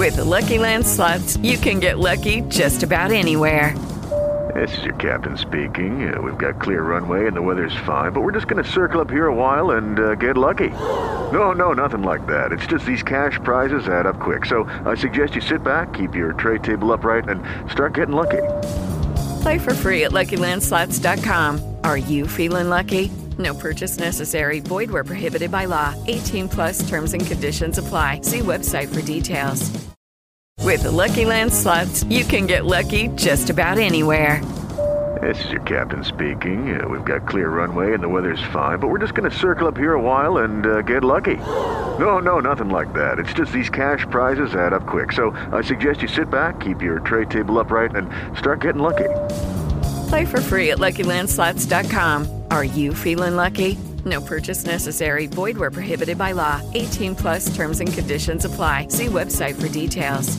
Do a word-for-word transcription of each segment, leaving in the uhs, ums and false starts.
With the Lucky Land Slots, you can get lucky just about anywhere. This is your captain speaking. Uh, we've got clear runway and the weather's fine, but we're just going to circle up here a while and uh, get lucky. No, no, nothing like that. It's just these cash prizes add up quick. So I suggest you sit back, keep your tray table upright, and start getting lucky. Play for free at Lucky Land Slots dot com. Are you feeling lucky? No purchase necessary. Void where prohibited by law. eighteen plus terms and conditions apply. See website for details. With the Lucky Land Slots, you can get lucky just about anywhere. This is your captain speaking. Uh, we've got clear runway and the weather's fine, but we're just going to circle up here a while and uh, get lucky. No, no, nothing like that. It's just these cash prizes add up quick. So I suggest you sit back, keep your tray table upright, and start getting lucky. Play for free at Lucky Land Slots dot com. Are you feeling lucky? No purchase necessary. Void where prohibited by law. eighteen plus terms and conditions apply. See website for details.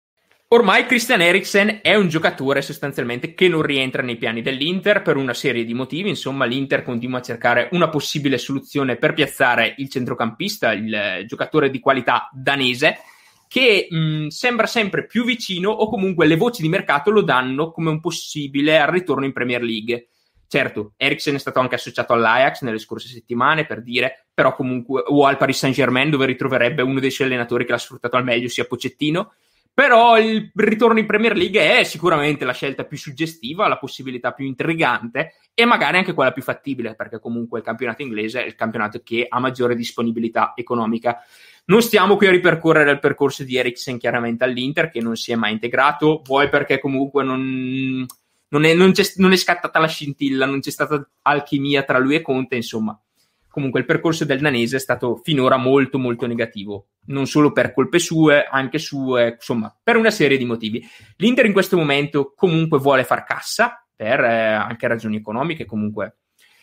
Ormai Christian Eriksen è un giocatore sostanzialmente che non rientra nei piani dell'Inter per una serie di motivi. Insomma, l'Inter continua a cercare una possibile soluzione per piazzare il centrocampista, il giocatore di qualità danese, che mh, sembra sempre più vicino, o comunque le voci di mercato lo danno come un possibile al ritorno in Premier League. Certo, Eriksen è stato anche associato all'Ajax nelle scorse settimane, per dire, però comunque, o al Paris Saint-Germain, dove ritroverebbe uno dei suoi allenatori che l'ha sfruttato al meglio, sia Pochettino. Però il ritorno in Premier League è sicuramente la scelta più suggestiva, la possibilità più intrigante e magari anche quella più fattibile, perché comunque il campionato inglese è il campionato che ha maggiore disponibilità economica. Non stiamo qui a ripercorrere il percorso di Eriksen chiaramente all'Inter, che non si è mai integrato, vuoi perché comunque non, non, è, non, c'è, non è scattata la scintilla, non c'è stata alchimia tra lui e Conte, insomma. Comunque il percorso del danese è stato finora molto molto negativo, non solo per colpe sue, anche sue, insomma, per una serie di motivi. L'Inter in questo momento comunque vuole far cassa, per eh, anche ragioni economiche comunque,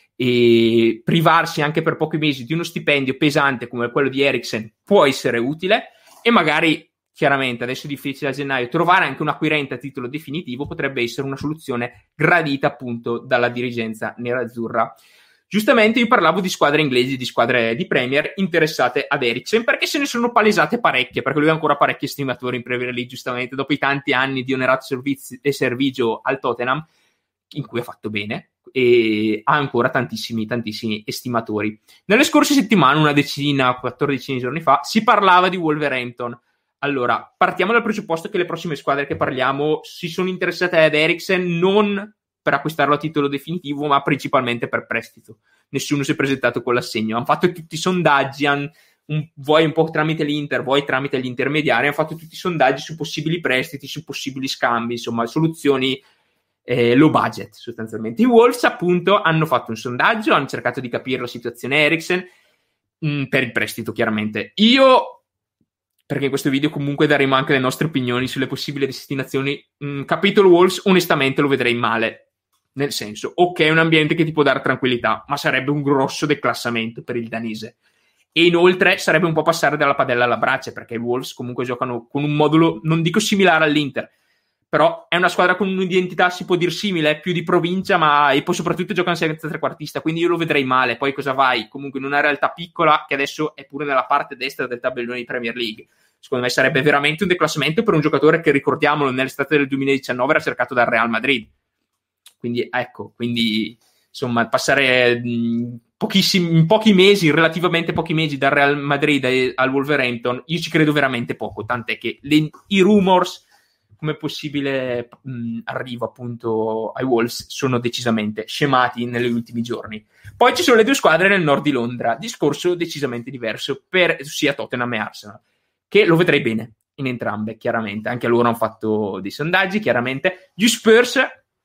e privarsi anche per pochi mesi di uno stipendio pesante come quello di Eriksen può essere utile, e magari, chiaramente adesso è difficile a gennaio, trovare anche un acquirente a titolo definitivo potrebbe essere una soluzione gradita appunto dalla dirigenza nerazzurra. Giustamente io parlavo di squadre inglesi, di squadre di Premier interessate ad Eriksen, perché se ne sono palesate parecchie, perché lui ha ancora parecchi estimatori in Premier League, giustamente, dopo i tanti anni di onerato servizio e servigio al Tottenham, in cui ha fatto bene, e ha ancora tantissimi, tantissimi estimatori. Nelle scorse settimane, una decina, quattordici giorni fa, si parlava di Wolverhampton. Allora, partiamo dal presupposto che le prossime squadre che parliamo si sono interessate ad Eriksen non per acquistarlo a titolo definitivo, ma principalmente per prestito. Nessuno si è presentato con l'assegno. Hanno fatto tutti i sondaggi, han, un, vuoi un po' tramite l'Inter, vuoi tramite gli intermediari, hanno fatto tutti i sondaggi su possibili prestiti, su possibili scambi, insomma, soluzioni eh, low budget, sostanzialmente. I Wolves, appunto, hanno fatto un sondaggio, hanno cercato di capire la situazione Eriksen, mh, per il prestito, chiaramente. Io, perché in questo video comunque daremo anche le nostre opinioni sulle possibili destinazioni, mh, capitolo Wolves, onestamente lo vedrei male. Nel senso, ok, è un ambiente che ti può dare tranquillità, ma sarebbe un grosso declassamento per il danese. E inoltre sarebbe un po' passare dalla padella alla brace, perché i Wolves comunque giocano con un modulo, non dico similare all'Inter, però è una squadra con un'identità, si può dire simile, più di provincia, ma e poi soprattutto giocano senza trequartista, quindi io lo vedrei male. Poi cosa vai? Comunque in una realtà piccola, che adesso è pure nella parte destra del tabellone di Premier League. Secondo me sarebbe veramente un declassamento per un giocatore che, ricordiamolo, nell'estate del duemiladiciannove era cercato dal Real Madrid. Quindi ecco, quindi insomma passare mh, pochissimi, in pochi mesi, relativamente pochi mesi dal Real Madrid al Wolverhampton, io ci credo veramente poco, tant'è che le, i rumors come possibile mh, arrivo appunto ai Wolves sono decisamente scemati negli ultimi giorni. Poi ci sono le due squadre nel nord di Londra, discorso decisamente diverso per sia Tottenham e Arsenal, che lo vedrei bene in entrambe, chiaramente. Anche loro hanno fatto dei sondaggi, chiaramente. Gli Spurs,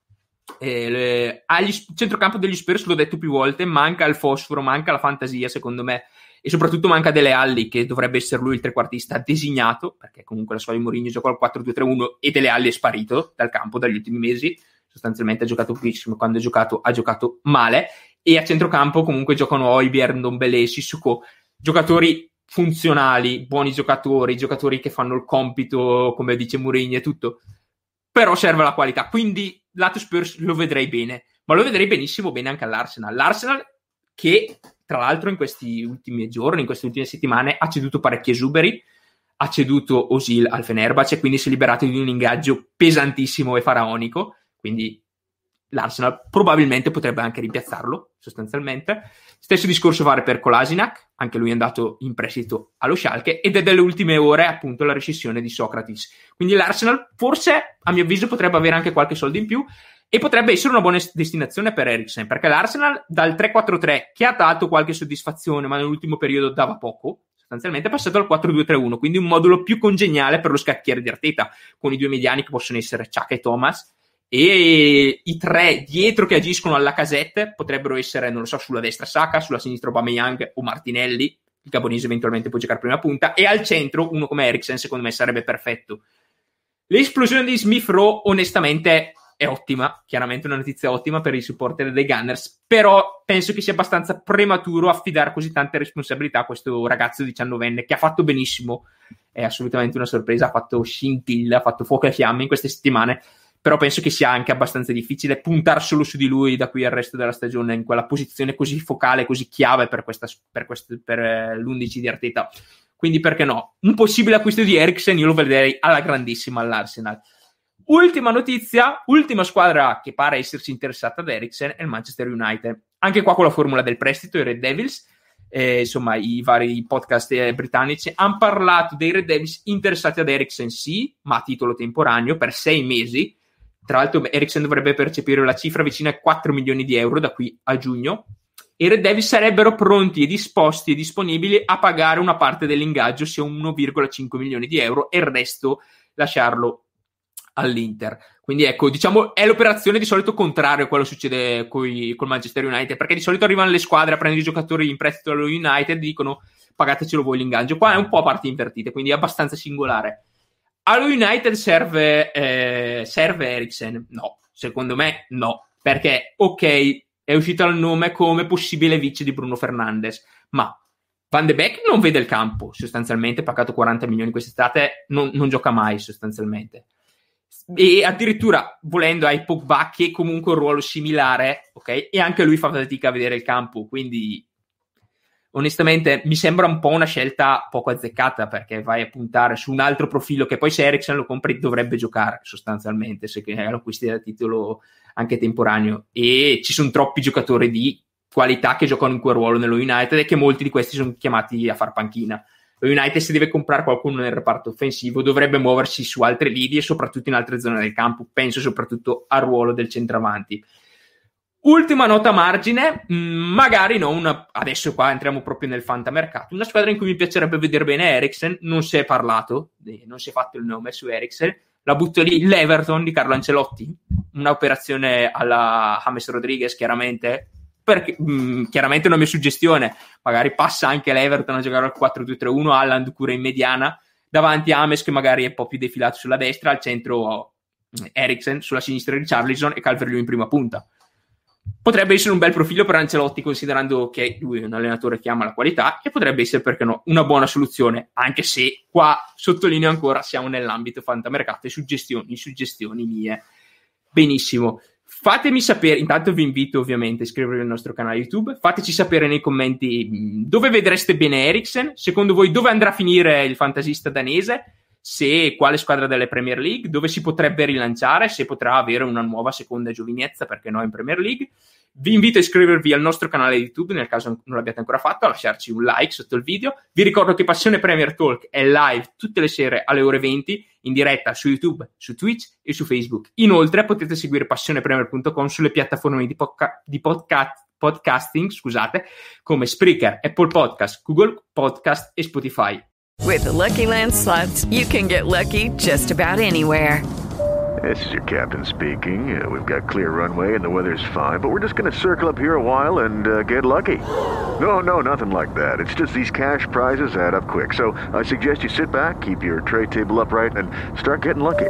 eh, le, agli centrocampo degli Spurs, l'ho detto più volte, manca il fosforo, manca la fantasia, secondo me, e soprattutto manca Dele Alli, che dovrebbe essere lui il trequartista designato, perché comunque la squadra di Mourinho gioca al quattro due tre uno e Dele Alli è sparito dal campo dagli ultimi mesi, sostanzialmente ha giocato pochissimo, quando ha giocato ha giocato male, e a centrocampo comunque giocano Højbjerg, Ndombele, Sissoko, giocatori funzionali, buoni giocatori, giocatori che fanno il compito, come dice Mourinho e tutto, però serve la qualità, quindi lato Spurs lo vedrei bene, ma lo vedrei benissimo bene anche all'Arsenal. L'Arsenal che tra l'altro in questi ultimi giorni, in queste ultime settimane ha ceduto parecchi esuberi, ha ceduto Özil al Fenerbahce e quindi si è liberato di un ingaggio pesantissimo e faraonico, quindi l'Arsenal probabilmente potrebbe anche rimpiazzarlo sostanzialmente. Stesso discorso vale per Kolasinac, anche lui è andato in prestito allo Schalke, ed è delle ultime ore appunto la rescissione di Socrates, quindi l'Arsenal forse a mio avviso potrebbe avere anche qualche soldo in più e potrebbe essere una buona destinazione per Eriksen, perché l'Arsenal dal tre quattro tre, che ha dato qualche soddisfazione ma nell'ultimo periodo dava poco, sostanzialmente è passato al quattro due tre uno, quindi un modulo più congeniale per lo scacchiere di Arteta, con i due mediani che possono essere Xhaka e Thomas, e i tre dietro che agiscono alla casette potrebbero essere, non lo so, sulla destra Saka, sulla sinistra Aubameyang o Martinelli, il gabonese eventualmente può giocare prima punta, e al centro uno come Eriksen secondo me sarebbe perfetto. L'esplosione di Smith Rowe onestamente è ottima, chiaramente una notizia ottima per i supporter dei Gunners, però penso che sia abbastanza prematuro affidare così tante responsabilità a questo ragazzo diciannovenne che ha fatto benissimo, è assolutamente una sorpresa, ha fatto scintilla, ha fatto fuoco e fiamme in queste settimane, però penso che sia anche abbastanza difficile puntare solo su di lui da qui al resto della stagione in quella posizione così focale, così chiave per, questa, per, questo, per eh, l'undici di Arteta. Quindi perché no? Un possibile acquisto di Eriksen io lo vedrei alla grandissima all'Arsenal. Ultima notizia, ultima squadra che pare esserci interessata ad Eriksen è il Manchester United. Anche qua con la formula del prestito, i Red Devils, eh, insomma i vari podcast eh, britannici hanno parlato dei Red Devils interessati ad Eriksen, sì, ma a titolo temporaneo per sei mesi. Tra l'altro Eriksen dovrebbe percepire la cifra vicina ai quattro milioni di euro da qui a giugno. I Red Devils sarebbero pronti e disposti e disponibili a pagare una parte dell'ingaggio, sia uno virgola cinque milioni di euro, e il resto lasciarlo all'Inter. Quindi ecco, diciamo, è l'operazione di solito contrario a quello che succede coi, col Manchester United, perché di solito arrivano le squadre a prendere i giocatori in prestito allo United e dicono pagatecelo voi l'ingaggio. Qua è un po' a parti invertite, quindi è abbastanza singolare. Allo United serve, eh, serve Eriksen? No, secondo me no, perché ok, è uscito il nome come possibile vice di Bruno Fernandes, ma Van de Beek non vede il campo sostanzialmente, pagato quaranta milioni quest'estate, non, non gioca mai sostanzialmente, e addirittura volendo hai Pogba che comunque un ruolo similare, ok, e anche lui fa fatica a vedere il campo, quindi onestamente mi sembra un po' una scelta poco azzeccata, perché vai a puntare su un altro profilo che poi se Eriksen lo compri dovrebbe giocare sostanzialmente, se lo acquisti da titolo anche temporaneo, e ci sono troppi giocatori di qualità che giocano in quel ruolo nello United e che molti di questi sono chiamati a far panchina. Lo United, se deve comprare qualcuno nel reparto offensivo, dovrebbe muoversi su altre linee e soprattutto in altre zone del campo, penso soprattutto al ruolo del centravanti. Ultima nota a margine, mh, magari non una, adesso qua entriamo proprio nel fantamercato, una squadra in cui mi piacerebbe vedere bene Eriksen, non si è parlato, eh, non si è fatto il nome su Eriksen, la butto lì, l'Everton di Carlo Ancelotti, un'operazione alla James Rodriguez chiaramente, perché mh, chiaramente una mia suggestione, magari passa anche l'Everton a giocare al quattro due tre uno, Haaland cura in mediana, davanti a James che magari è un po' più defilato sulla destra, al centro Eriksen, sulla sinistra Richarlison e Calvert-Lewin in prima punta. Potrebbe essere un bel profilo per Ancelotti, considerando che lui è un allenatore che ama la qualità, e potrebbe essere, perché no, una buona soluzione, anche se qua sottolineo ancora siamo nell'ambito fantamercato e suggestioni, suggestioni mie. Benissimo, fatemi sapere, intanto vi invito ovviamente a iscrivervi al nostro canale YouTube, fateci sapere nei commenti dove vedreste bene Eriksen, secondo voi dove andrà a finire il fantasista danese, se quale squadra delle Premier League, dove si potrebbe rilanciare, se potrà avere una nuova seconda giovinezza, perché no, in Premier League. Vi invito a iscrivervi al nostro canale YouTube nel caso non l'abbiate ancora fatto, a lasciarci un like sotto il video. Vi ricordo che Passione Premier Talk è live tutte le sere alle ore venti in diretta su YouTube, su Twitch e su Facebook. Inoltre potete seguire passione premier punto com sulle piattaforme di, podca- di podcast, podcasting, scusate, come Spreaker, Apple Podcast, Google Podcast e Spotify. With the Lucky Land Slots, you can get lucky just about anywhere. This is your captain speaking. Uh, we've got clear runway and the weather's fine, but we're just going to circle up here a while and uh, get lucky. No, no, nothing like that. It's just these cash prizes add up quick. So I suggest you sit back, keep your tray table upright, and start getting lucky.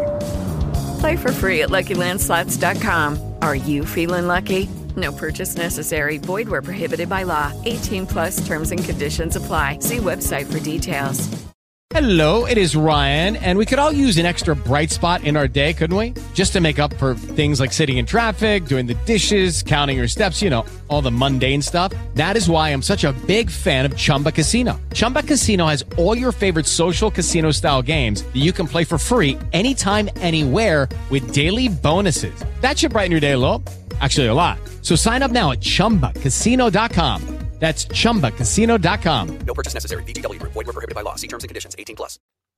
Play for free at lucky land slots dot com. Are you feeling lucky? No purchase necessary. Void where prohibited by law. eighteen plus terms and conditions apply. See website for details. Hello, it is Ryan, and we could all use an extra bright spot in our day, couldn't we? Just to make up for things like sitting in traffic, doing the dishes, counting your steps, you know, all the mundane stuff. That is why I'm such a big fan of Chumba Casino. Chumba Casino has all your favorite social casino-style games that you can play for free anytime, anywhere with daily bonuses. That should brighten your day a little. Actually, a lot. So sign up now at chumba casino dot com. That's chumba casino dot com. No purchase necessary. V G W Group. Void where prohibited by law. See terms and conditions. eighteen plus.